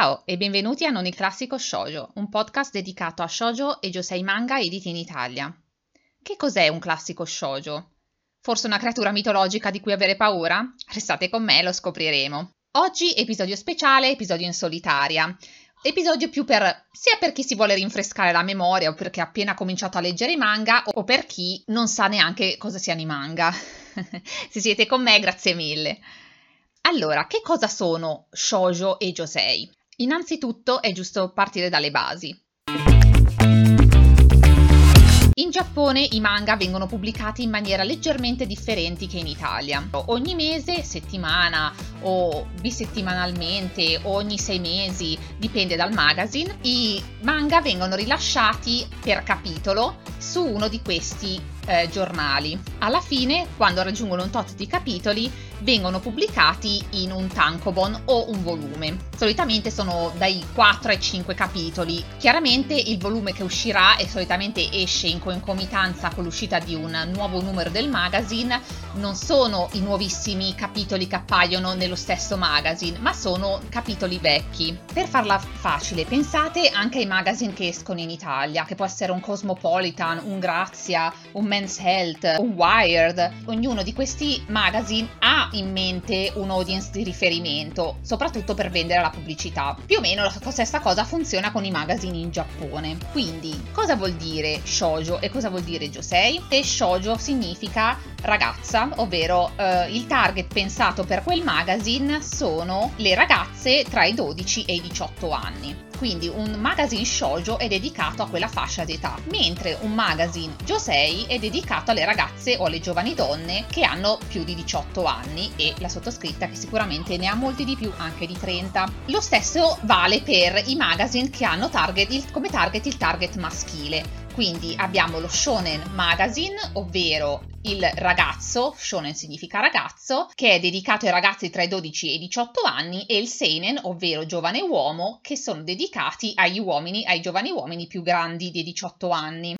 Ciao e benvenuti a Non il classico shoujo, un podcast dedicato a shoujo e josei manga editi in Italia. Che cos'è un classico shoujo? Forse una creatura mitologica di cui avere paura? Restate con me, lo scopriremo. Oggi episodio speciale, episodio in solitaria. Episodio più sia per chi si vuole rinfrescare la memoria o perché ha appena cominciato a leggere i manga o per chi non sa neanche cosa siano i manga. Se siete con me, grazie mille. Allora, che cosa sono shoujo e josei? Innanzitutto è giusto partire dalle basi. In Giappone i manga vengono pubblicati in maniera leggermente differente che in Italia. Ogni mese, settimana o bisettimanalmente, ogni 6 mesi, dipende dal magazine, i manga vengono rilasciati per capitolo su uno di questi giornali. Alla fine, quando raggiungono un tot di capitoli, vengono pubblicati in un tankobon o un volume. Solitamente sono dai 4 ai 5 capitoli. Chiaramente il volume che uscirà e solitamente esce in concomitanza con l'uscita di un nuovo numero del magazine non sono i nuovissimi capitoli che appaiono nello stesso magazine, ma sono capitoli vecchi. Per farla facile, pensate anche ai magazine che escono in Italia, che può essere un Cosmopolitan, un Grazia, un Men's Health, un Wired. Ognuno di questi magazine ha in mente un audience di riferimento, soprattutto per vendere la pubblicità. Più o meno la stessa cosa funziona con i magazine in Giappone. Quindi, cosa vuol dire shoujo e cosa vuol dire josei? E shoujo significa ragazza, ovvero il target pensato per quel magazine sono le ragazze tra i 12 e i 18 anni. Quindi un magazine shoujo è dedicato a quella fascia d'età, mentre un magazine josei è dedicato alle ragazze o alle giovani donne che hanno più di 18 anni e la sottoscritta che sicuramente ne ha molti di più, anche di 30. Lo stesso vale per i magazine che hanno come target il target maschile. Quindi abbiamo lo Shonen Magazine, ovvero il ragazzo, shonen significa ragazzo, che è dedicato ai ragazzi tra i 12 e i 18 anni, e il seinen, ovvero giovane uomo, che sono dedicati ai giovani uomini più grandi di 18 anni.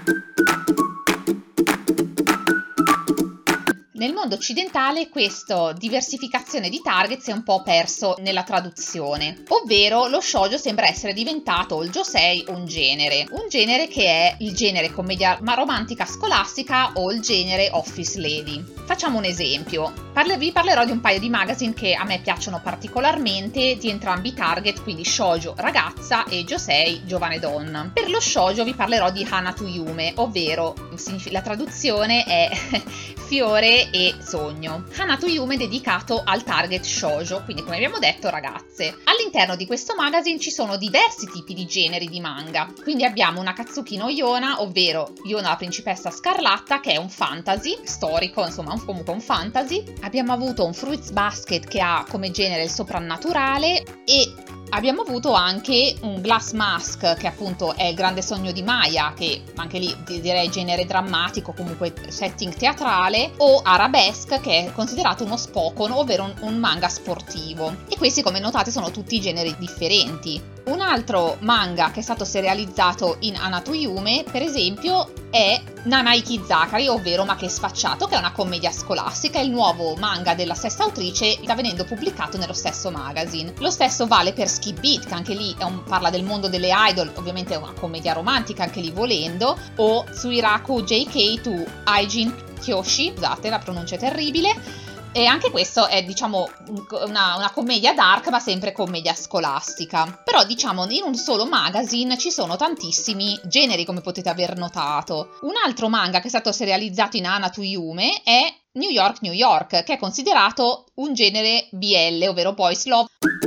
Nel mondo occidentale questa diversificazione di target si è un po' perso nella traduzione, ovvero lo shoujo sembra essere diventato il josei un genere che è il genere commedia romantica scolastica o il genere office lady. Facciamo un esempio. Vi parlerò di un paio di magazine che a me piacciono particolarmente di entrambi i target, quindi shoujo ragazza e josei giovane donna. Per lo shoujo vi parlerò di Hana to Yume, ovvero la traduzione è fiore e sogno. Hana to Yume è dedicato al target shoujo, quindi come abbiamo detto ragazze. All'interno di questo magazine ci sono diversi tipi di generi di manga, quindi abbiamo una Katsuki no Yona, ovvero Yona la principessa scarlatta, che è un fantasy storico, insomma comunque un fantasy. Abbiamo avuto un Fruits Basket che ha come genere il soprannaturale e abbiamo avuto anche un Glass Mask, che appunto è il grande sogno di Maya, che anche lì direi genere drammatico, comunque setting teatrale, o Arabesque, che è considerato uno spokon, ovvero un manga sportivo. E questi, come notate, sono tutti generi differenti. Un altro manga che è stato serializzato in Hana to Yume, per esempio, è Nanaiki Zakari, ovvero Ma che sfacciato, che è una commedia scolastica. Il nuovo manga della stessa autrice sta venendo pubblicato nello stesso magazine. Lo stesso vale per Skip Beat, che anche lì parla del mondo delle idol, ovviamente è una commedia romantica anche lì volendo, o Suiraku JK to Aijin Kyoshi, scusate la pronuncia è terribile. E anche questo è, diciamo, una commedia dark, ma sempre commedia scolastica. Però, diciamo, in un solo magazine ci sono tantissimi generi, come potete aver notato. Un altro manga che è stato serializzato in Hana to Yume è New York, New York, che è considerato un genere BL, ovvero Boys Love.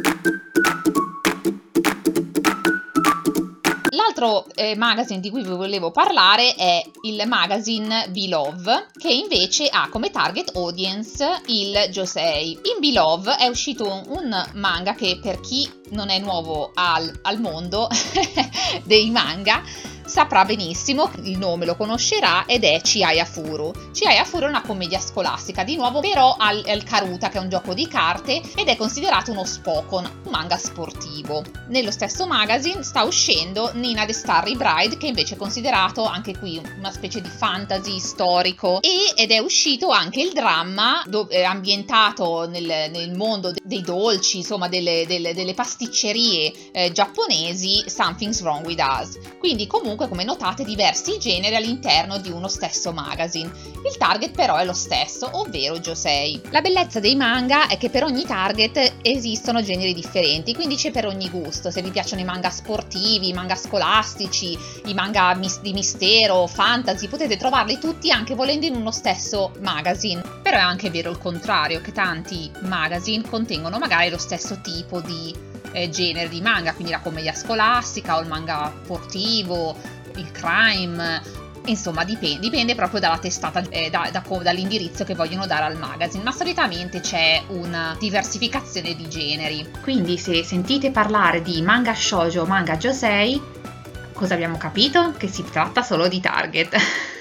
L'altro magazine di cui vi volevo parlare è il magazine Beloved, che invece ha come target audience il josei. In Beloved è uscito un manga che, per chi non è nuovo al mondo dei manga, saprà benissimo, il nome lo conoscerà, ed è Chihaya Furu. Chihaya Furu è una commedia scolastica, di nuovo però al Karuta, che è un gioco di carte, ed è considerato uno Spokon, un manga sportivo. Nello stesso magazine sta uscendo Nina the Starry Bride, che invece è considerato anche qui una specie di fantasy storico, ed è uscito anche il dramma ambientato nel mondo dei dolci, insomma delle pasticcerie giapponesi, Something's Wrong with Us. Quindi comunque, come notate, diversi generi all'interno di uno stesso magazine. Il target però è lo stesso, ovvero josei. La bellezza dei manga è che per ogni target esistono generi differenti, quindi c'è per ogni gusto. Se vi piacciono i manga sportivi, i manga scolastici, i manga di mistero, fantasy, potete trovarli tutti anche volendo in uno stesso magazine. Però è anche vero il contrario, che tanti magazine contengono magari lo stesso tipo di genere di manga, quindi la commedia scolastica o il manga sportivo, il crime, insomma dipende proprio dalla testata, dall'indirizzo che vogliono dare al magazine, ma solitamente c'è una diversificazione di generi. Quindi se sentite parlare di manga shoujo o manga josei, cosa abbiamo capito? Che si tratta solo di target.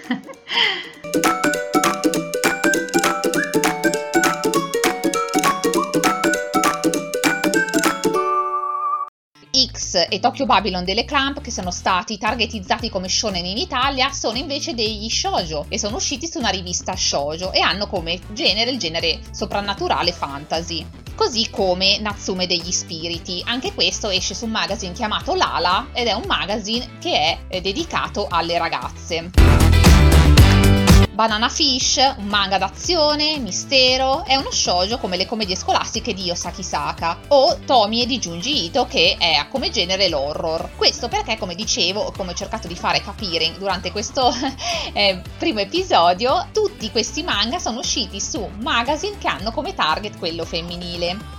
X e Tokyo Babylon delle Clamp, che sono stati targetizzati come shonen in Italia, sono invece degli shoujo e sono usciti su una rivista shoujo e hanno come genere il genere soprannaturale fantasy. Così come Natsume degli Spiriti, anche questo esce su un magazine chiamato Lala ed è un magazine che è dedicato alle ragazze. Banana Fish, un manga d'azione, mistero, è uno shoujo come le commedie scolastiche di Yosaki Saka, o Tomie di Junji Ito, che è come genere l'horror. Questo perché, come dicevo, come ho cercato di fare capire durante questo primo episodio, tutti questi manga sono usciti su magazine che hanno come target quello femminile.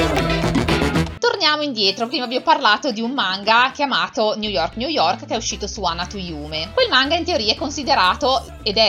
Torniamo indietro, prima vi ho parlato di un manga chiamato New York New York, che è uscito su Hana to Yume. Quel manga in teoria è considerato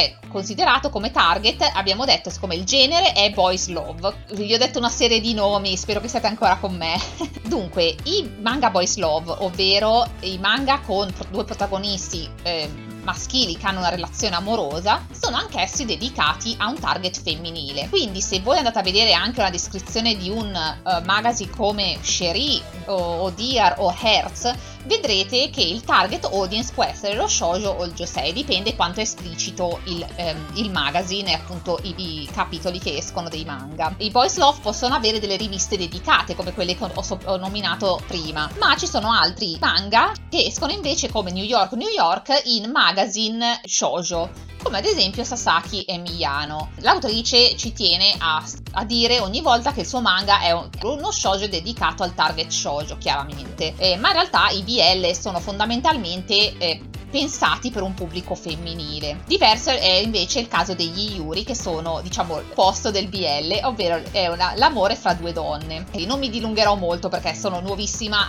come target, abbiamo detto, siccome il genere è Boys Love. Vi ho detto una serie di nomi, spero che siate ancora con me. Dunque, i manga Boys Love, ovvero i manga con due protagonisti maschili che hanno una relazione amorosa, sono anch'essi dedicati a un target femminile. Quindi se voi andate a vedere anche una descrizione di un magazine come Cherie o Dear o Hertz, vedrete che il target audience può essere lo shoujo o il josei, dipende quanto è esplicito il magazine e appunto i capitoli che escono dei manga. I Boys Love possono avere delle riviste dedicate come quelle che ho nominato prima, ma ci sono altri manga che escono invece come New York New York in magazine shoujo, come ad esempio Sasaki e Miyano. L'autrice ci tiene a dire ogni volta che il suo manga è uno shoujo dedicato al target shoujo, chiaramente, ma in realtà i BL sono fondamentalmente pensati per un pubblico femminile. Diverso è invece il caso degli Yuri, che sono, diciamo, l'opposto del BL, ovvero è l'amore fra due donne. E non mi dilungherò molto perché sono nuovissima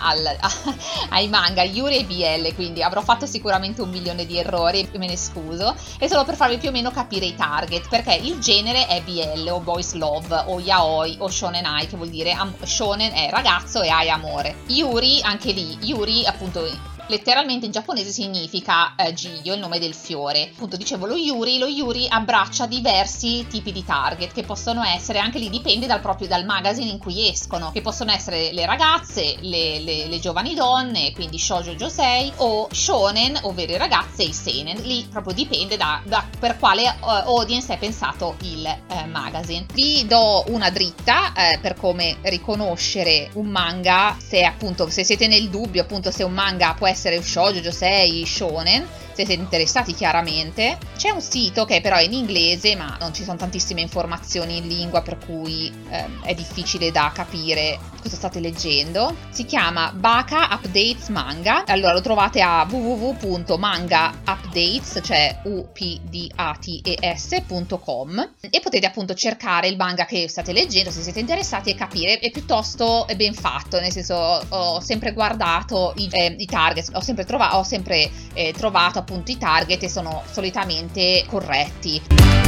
ai manga Yuri e BL, quindi avrò fatto sicuramente 1 milione di errori e me ne scuso. E solo per farvi più o meno capire i target, perché il genere è BL o Boys Love o Yaoi o Shonen Ai, che vuol dire shonen è ragazzo e Ai amore. Yuri, anche lì, Yuri appunto letteralmente in giapponese significa Giglio, il nome del fiore. Appunto dicevo lo Yuri abbraccia diversi tipi di target che possono essere, anche lì dipende dal magazine in cui escono, che possono essere le ragazze, le giovani donne, quindi shoujo josei, o shonen, ovvero i ragazze, e i seinen. Lì proprio dipende da per quale audience è pensato il magazine. Vi do una dritta per come riconoscere un manga, se siete nel dubbio appunto se un manga può essere shoujo, josei, shonen, se siete interessati chiaramente. C'è un sito che però è in inglese, ma non ci sono tantissime informazioni in lingua, per cui è difficile da capire cosa state leggendo. Si chiama Baka Updates Manga. Allora lo trovate a www.mangaupdates, cioè updates.com, e potete appunto cercare il manga che state leggendo se siete interessati e capire. È piuttosto ben fatto, nel senso ho sempre guardato i target, ho sempre trovato appunto i target e sono solitamente corretti.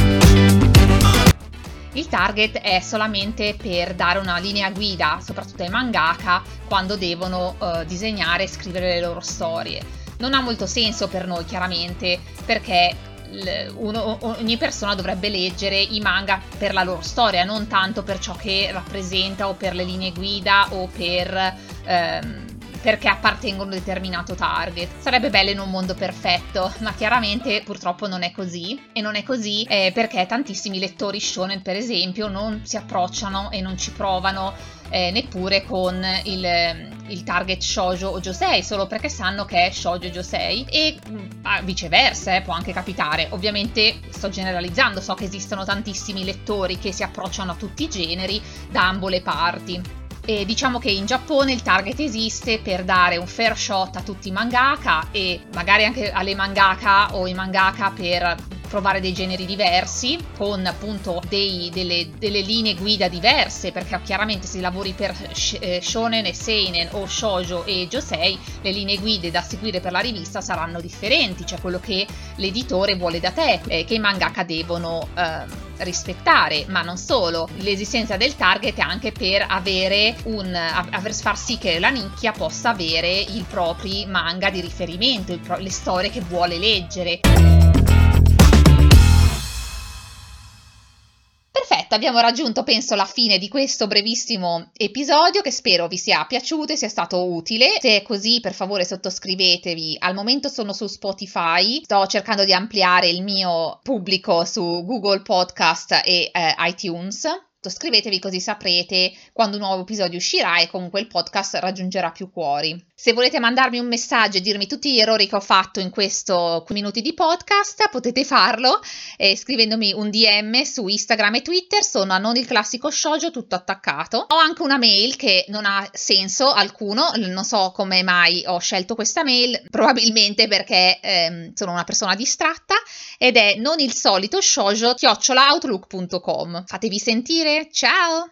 Il target è solamente per dare una linea guida, soprattutto ai mangaka, quando devono disegnare e scrivere le loro storie. Non ha molto senso per noi, chiaramente, perché ogni persona dovrebbe leggere i manga per la loro storia, non tanto per ciò che rappresenta o per le linee guida o perché appartengono a un determinato target. Sarebbe bello in un mondo perfetto, ma chiaramente purtroppo non è così, e non è così perché tantissimi lettori shonen, per esempio, non si approcciano e non ci provano neppure con il target shoujo o josei, solo perché sanno che è shoujo e josei, e viceversa, può anche capitare. Ovviamente sto generalizzando, so che esistono tantissimi lettori che si approcciano a tutti i generi da ambo le parti. E diciamo che in Giappone il target esiste per dare un fair shot a tutti i mangaka e magari anche alle mangaka o i mangaka per provare dei generi diversi con appunto delle linee guida diverse, perché chiaramente se lavori per shonen e seinen o shoujo e josei, le linee guida da seguire per la rivista saranno differenti, cioè quello che l'editore vuole da te, che i mangaka devono rispettare. Ma non solo, l'esistenza del target è anche per far sì che la nicchia possa avere i propri manga di riferimento, le storie che vuole leggere. Perfetto, abbiamo raggiunto, penso, la fine di questo brevissimo episodio, che spero vi sia piaciuto e sia stato utile. Se è così, per favore sottoscrivetevi. Al momento sono su Spotify, sto cercando di ampliare il mio pubblico su Google Podcast e iTunes. Sottoscrivetevi così saprete quando un nuovo episodio uscirà e comunque il podcast raggiungerà più cuori. Se volete mandarmi un messaggio e dirmi tutti gli errori che ho fatto in questo minuti di podcast, potete farlo scrivendomi un DM su Instagram e Twitter. Sono a Non il Classico Shoujo, tutto attaccato. Ho anche una mail che non ha senso alcuno, non so come mai ho scelto questa mail, probabilmente perché sono una persona distratta, ed è nonilsolitoshoujo@outlook.com. Fatevi sentire, ciao!